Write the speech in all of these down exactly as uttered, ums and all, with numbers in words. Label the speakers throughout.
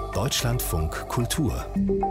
Speaker 1: Deutschlandfunk Kultur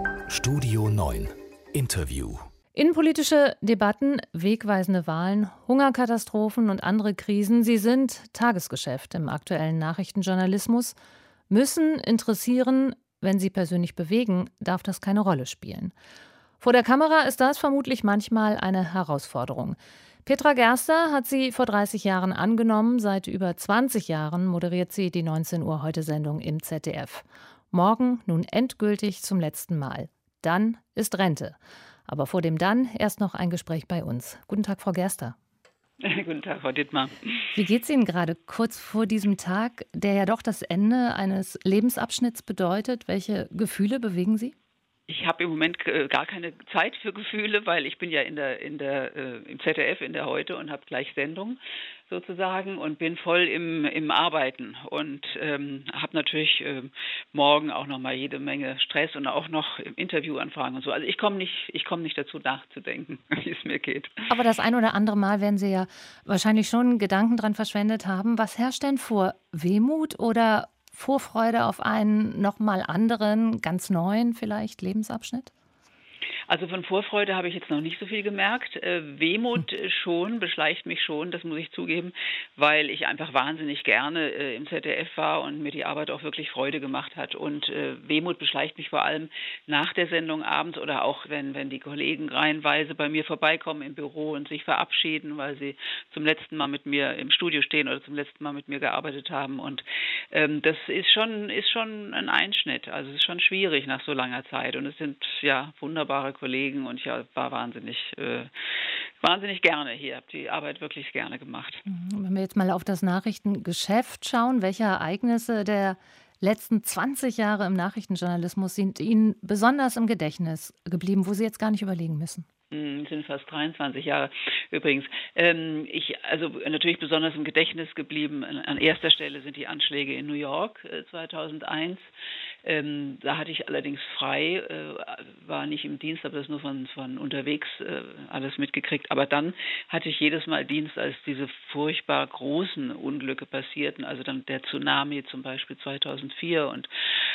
Speaker 1: Studio neun Interview.
Speaker 2: Innenpolitische Debatten, wegweisende Wahlen, Hungerkatastrophen und andere Krisen, sie sind Tagesgeschäft im aktuellen Nachrichtenjournalismus, müssen interessieren, wenn sie persönlich bewegen, darf das keine Rolle spielen. Vor der Kamera ist das vermutlich manchmal eine Herausforderung. Petra Gerster hat sie vor dreißig Jahren angenommen. Seit über zwanzig Jahren moderiert sie die neunzehn Uhr Heute-Sendung im Z D F. Morgen nun endgültig zum letzten Mal. Dann ist Rente. Aber vor dem Dann erst noch ein Gespräch bei uns. Guten Tag, Frau Gerster.
Speaker 3: Guten Tag, Frau Dittmar.
Speaker 2: Wie geht es Ihnen gerade kurz vor diesem Tag, der ja doch das Ende eines Lebensabschnitts bedeutet? Welche Gefühle bewegen Sie?
Speaker 3: Ich habe im Moment gar keine Zeit für Gefühle, weil ich bin ja in der, in der, äh, im Z D F in der Heute und habe gleich Sendung sozusagen und bin voll im, im Arbeiten und ähm, habe natürlich äh, morgen auch noch mal jede Menge Stress und auch noch Interviewanfragen und so. Also ich komme nicht, ich komme nicht dazu nachzudenken, wie es mir geht.
Speaker 2: Aber das ein oder andere Mal werden Sie ja wahrscheinlich schon Gedanken dran verschwendet haben. Was herrscht denn vor? Wehmut oder Vorfreude auf einen nochmal anderen, ganz neuen vielleicht Lebensabschnitt?
Speaker 3: Also von Vorfreude habe ich jetzt noch nicht so viel gemerkt. Äh, Wehmut schon, beschleicht mich schon, das muss ich zugeben, weil ich einfach wahnsinnig gerne äh, im Z D F war und mir die Arbeit auch wirklich Freude gemacht hat. Und äh, Wehmut beschleicht mich vor allem nach der Sendung abends oder auch, wenn, wenn die Kollegen reihenweise bei mir vorbeikommen im Büro und sich verabschieden, weil sie zum letzten Mal mit mir im Studio stehen oder zum letzten Mal mit mir gearbeitet haben. Und ähm, das ist schon, ist schon ein Einschnitt. Also es ist schon schwierig nach so langer Zeit. Und es sind ja wunderbare Kollegen und ich war wahnsinnig, äh, wahnsinnig gerne hier, habe die Arbeit wirklich gerne gemacht.
Speaker 2: Wenn wir jetzt mal auf das Nachrichtengeschäft schauen, welche Ereignisse der letzten zwanzig Jahre im Nachrichtenjournalismus sind Ihnen besonders im Gedächtnis geblieben, wo Sie jetzt gar nicht überlegen müssen?
Speaker 3: Das sind fast dreiundzwanzig Jahre übrigens. Ähm, ich, also natürlich besonders im Gedächtnis geblieben. An erster Stelle sind die Anschläge in New York äh, zweitausendeins. Ähm, da hatte ich allerdings frei, äh, war nicht im Dienst, habe das nur von, von unterwegs äh, alles mitgekriegt. Aber dann hatte ich jedes Mal Dienst, als diese furchtbar großen Unglücke passierten. Also dann der Tsunami zum Beispiel zweitausendvier und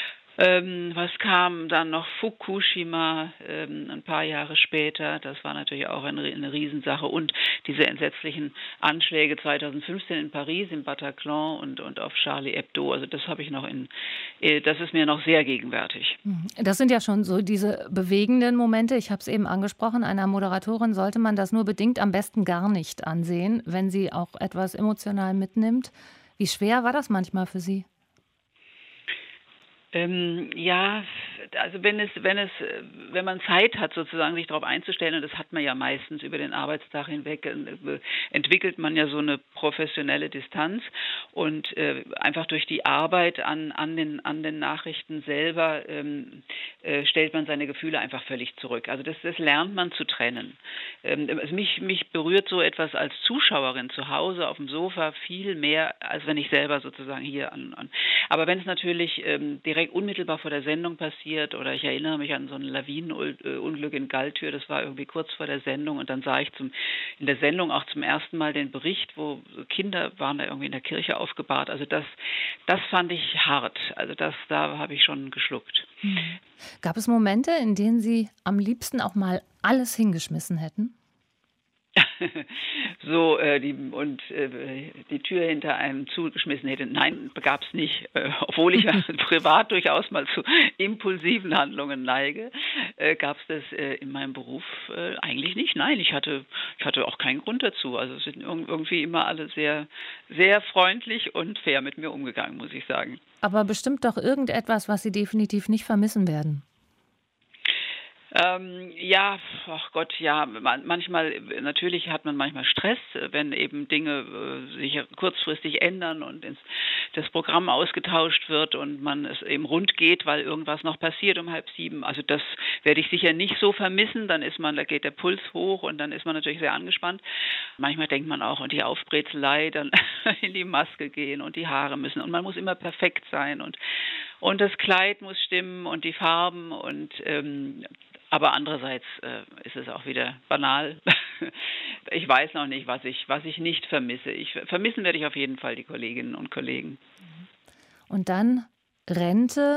Speaker 3: Ähm, was kam dann noch? Fukushima ähm, ein paar Jahre später. Das war natürlich auch eine, eine Riesensache. Und diese entsetzlichen Anschläge zweitausendfünfzehn in Paris, im Bataclan und, und auf Charlie Hebdo. Also das habe ich noch in, äh, das ist mir noch sehr gegenwärtig.
Speaker 2: Das sind ja schon so diese bewegenden Momente. Ich habe es eben angesprochen. Einer Moderatorin sollte man das nur bedingt, am besten gar nicht ansehen, wenn sie auch etwas emotional mitnimmt. Wie schwer war das manchmal für Sie?
Speaker 3: Ähm, ja, also wenn es, wenn es, wenn man Zeit hat, sozusagen sich darauf einzustellen, und das hat man ja meistens über den Arbeitstag hinweg, äh, entwickelt man ja so eine professionelle Distanz und äh, einfach durch die Arbeit an, an den, an den Nachrichten selber ähm, äh, stellt man seine Gefühle einfach völlig zurück. Also das, das lernt man zu trennen. Ähm, also mich, mich berührt so etwas als Zuschauerin zu Hause auf dem Sofa viel mehr, als wenn ich selber sozusagen hier an, an. Aber wenn es natürlich ähm, direkt unmittelbar vor der Sendung passiert oder ich erinnere mich an so ein Lawinenunglück in Galtür, das war irgendwie kurz vor der Sendung und dann sah ich zum, in der Sendung auch zum ersten Mal den Bericht, wo Kinder waren da irgendwie in der Kirche aufgebahrt. Also das, das fand ich hart. Also das, da habe ich schon geschluckt.
Speaker 2: Mhm. Gab es Momente, in denen Sie am liebsten auch mal alles hingeschmissen hätten?
Speaker 3: so äh, die und äh, die Tür hinter einem zugeschmissen hätte. Nein, gab es nicht. Äh, obwohl ich privat durchaus mal zu impulsiven Handlungen neige, äh, gab es das äh, in meinem Beruf äh, eigentlich nicht. Nein, ich hatte ich hatte auch keinen Grund dazu. Also es sind irgendwie immer alle sehr sehr freundlich und fair mit mir umgegangen, muss ich sagen.
Speaker 2: Aber bestimmt doch irgendetwas, was Sie definitiv nicht vermissen werden.
Speaker 3: Ähm, ja, ach Gott, ja, man, manchmal, natürlich hat man manchmal Stress, wenn eben Dinge äh, sich kurzfristig ändern und ins, das Programm ausgetauscht wird und man es eben rund geht, weil irgendwas noch passiert um halb sieben. Also das werde ich sicher nicht so vermissen, dann ist man, da geht der Puls hoch und dann ist man natürlich sehr angespannt. Manchmal denkt man auch, und die Aufbrezelei, dann in die Maske gehen und die Haare müssen und man muss immer perfekt sein und, und das Kleid muss stimmen und die Farben und ähm, aber andererseits äh, ist es auch wieder banal. Ich weiß noch nicht, was ich, was ich nicht vermisse. Ich, vermissen werde ich auf jeden Fall die Kolleginnen und Kollegen.
Speaker 2: Und dann Rente.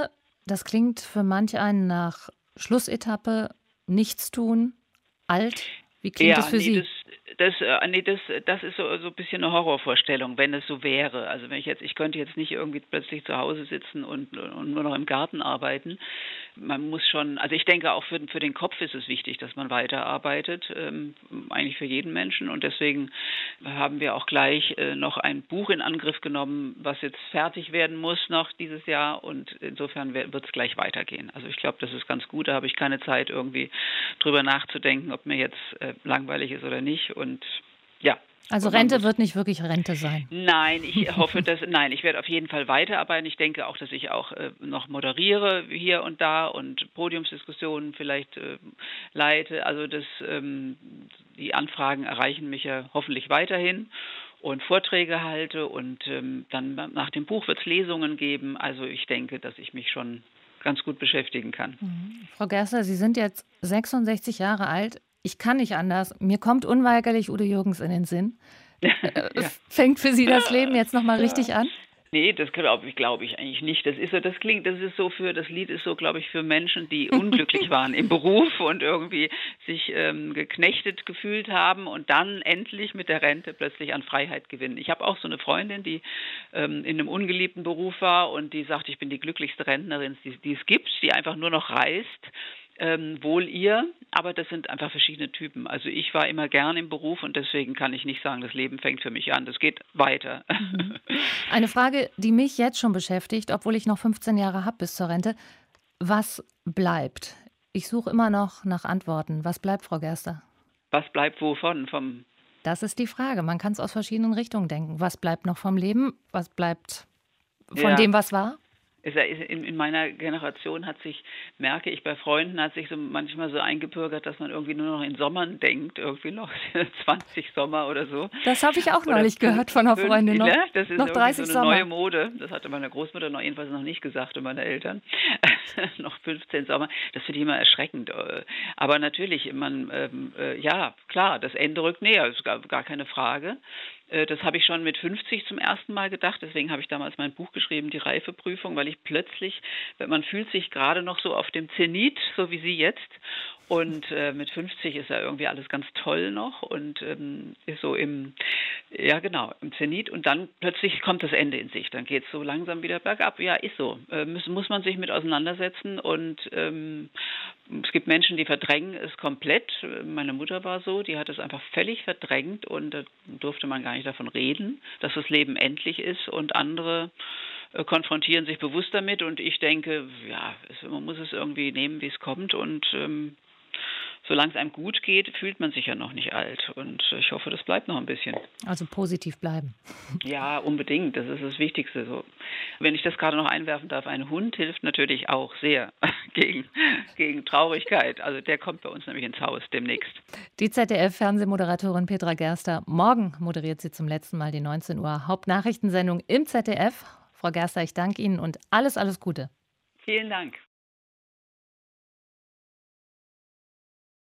Speaker 2: Das klingt für manch einen nach Schlussetappe, Nichtstun, alt. Wie klingt
Speaker 3: Ja,
Speaker 2: das für
Speaker 3: nee,
Speaker 2: Sie?
Speaker 3: das das, äh, ne, das das ist so so 'n bisschen eine Horrorvorstellung, wenn es so wäre. Also, wenn ich jetzt ich könnte jetzt nicht irgendwie plötzlich zu Hause sitzen und und nur noch im Garten arbeiten. Man muss schon, also, ich denke auch für den für den Kopf ist es wichtig, dass man weiterarbeitet, ähm, eigentlich für jeden Menschen. Und deswegen haben wir auch gleich, äh, noch ein Buch in Angriff genommen, was jetzt fertig werden muss noch dieses Jahr, und insofern wird es gleich weitergehen. Also, ich glaube, das ist ganz gut. Da habe ich keine Zeit, irgendwie drüber nachzudenken, ob mir jetzt, äh, langweilig ist oder nicht. Und ja.
Speaker 2: Also
Speaker 3: Und man
Speaker 2: Rente
Speaker 3: muss
Speaker 2: wird nicht wirklich Rente sein.
Speaker 3: Nein, ich hoffe, dass nein, ich werde auf jeden Fall weiterarbeiten. Ich denke auch, dass ich auch, äh, noch moderiere hier und da und Podiumsdiskussionen vielleicht, äh, leite. Also, das ähm, die Anfragen erreichen mich ja hoffentlich weiterhin, und Vorträge halte, und, ähm, dann nach dem Buch wird es Lesungen geben. Also, ich denke, dass ich mich schon ganz gut beschäftigen kann.
Speaker 2: Mhm. Frau Gerster, Sie sind jetzt sechsundsechzig Jahre alt. Ich kann nicht anders. Mir kommt unweigerlich Udo Jürgens in den Sinn. Äh,
Speaker 3: Ja.
Speaker 2: Fängt für Sie das Leben jetzt noch mal richtig an?
Speaker 3: Ne, das glaube ich glaube ich eigentlich nicht. Das ist so, das klingt das ist so für das Lied ist so, glaube ich, für Menschen, die unglücklich waren im Beruf und irgendwie sich, ähm, geknechtet gefühlt haben und dann endlich mit der Rente plötzlich an Freiheit gewinnen. Ich habe auch so eine Freundin, die, ähm, in einem ungeliebten Beruf war und die sagt: „Ich bin die glücklichste Rentnerin, die die es gibt", die einfach nur noch reist, ähm, wohl ihr. Aber das sind einfach verschiedene Typen. Also, ich war immer gern im Beruf und deswegen kann ich nicht sagen, das Leben fängt für mich an. Das geht weiter.
Speaker 2: Mhm. Eine Frage, die mich jetzt schon beschäftigt, obwohl ich noch fünfzehn Jahre habe bis zur Rente. Was bleibt? Ich suche immer noch nach Antworten. Was bleibt, Frau Gerster?
Speaker 3: Was bleibt wovon? Vom
Speaker 2: Das ist die Frage. Man kann es aus verschiedenen Richtungen denken. Was bleibt noch vom Leben? Was bleibt von
Speaker 3: Ja.
Speaker 2: dem, was war?
Speaker 3: Es ist in in meiner Generation hat sich, merke ich, bei Freunden hat sich so manchmal so eingebürgert, dass man irgendwie nur noch in Sommern denkt, irgendwie noch zwanzig Sommer oder so.
Speaker 2: Das habe ich auch
Speaker 3: Oder
Speaker 2: neulich gehört von einer
Speaker 3: fünf,
Speaker 2: Freundin. Noch,
Speaker 3: ne? Das ist
Speaker 2: noch
Speaker 3: irgendwie
Speaker 2: dreißig
Speaker 3: so eine
Speaker 2: Sommer.
Speaker 3: neue Mode. Das hatte meine Großmutter noch jedenfalls noch nicht gesagt und meine Eltern. Noch fünfzehn Sommer. Das finde ich immer erschreckend. äh. Aber natürlich, man, ähm, äh, ja, klar, das Ende rückt näher, ist gar, gar keine Frage. Äh, Das habe ich schon mit fünfzig zum ersten Mal gedacht. Deswegen habe ich damals mein Buch geschrieben, die Reifeprüfung, weil ich plötzlich, man fühlt sich gerade noch so auf dem Zenit, so wie Sie jetzt. Und äh, mit fünfzig ist ja irgendwie alles ganz toll noch und ähm, ist so im, ja genau, im Zenit. Und dann plötzlich kommt das Ende in sich. Dann geht es so langsam wieder bergab. Ja, ist so. Äh, muss, muss man sich mit auseinandersetzen. Und ähm, es gibt Menschen, die verdrängen es komplett. Meine Mutter war so, die hat es einfach völlig verdrängt und da durfte man gar nicht davon reden, dass das Leben endlich ist. Und andere äh, konfrontieren sich bewusst damit. Und ich denke, ja, es, man muss es irgendwie nehmen, wie es kommt. Und ähm, solange es einem gut geht, fühlt man sich ja noch nicht alt. Und ich hoffe, das bleibt noch ein bisschen.
Speaker 2: Also positiv bleiben.
Speaker 3: Ja, unbedingt. Das ist das Wichtigste. So. Wenn ich das gerade noch einwerfen darf, ein Hund hilft natürlich auch sehr gegen, gegen Traurigkeit. Also der kommt bei uns nämlich ins Haus demnächst.
Speaker 2: Die Z D F-Fernsehmoderatorin Petra Gerster. Morgen moderiert sie zum letzten Mal die neunzehn Uhr Hauptnachrichtensendung im Z D F. Frau Gerster, ich danke Ihnen und alles, alles Gute.
Speaker 3: Vielen Dank.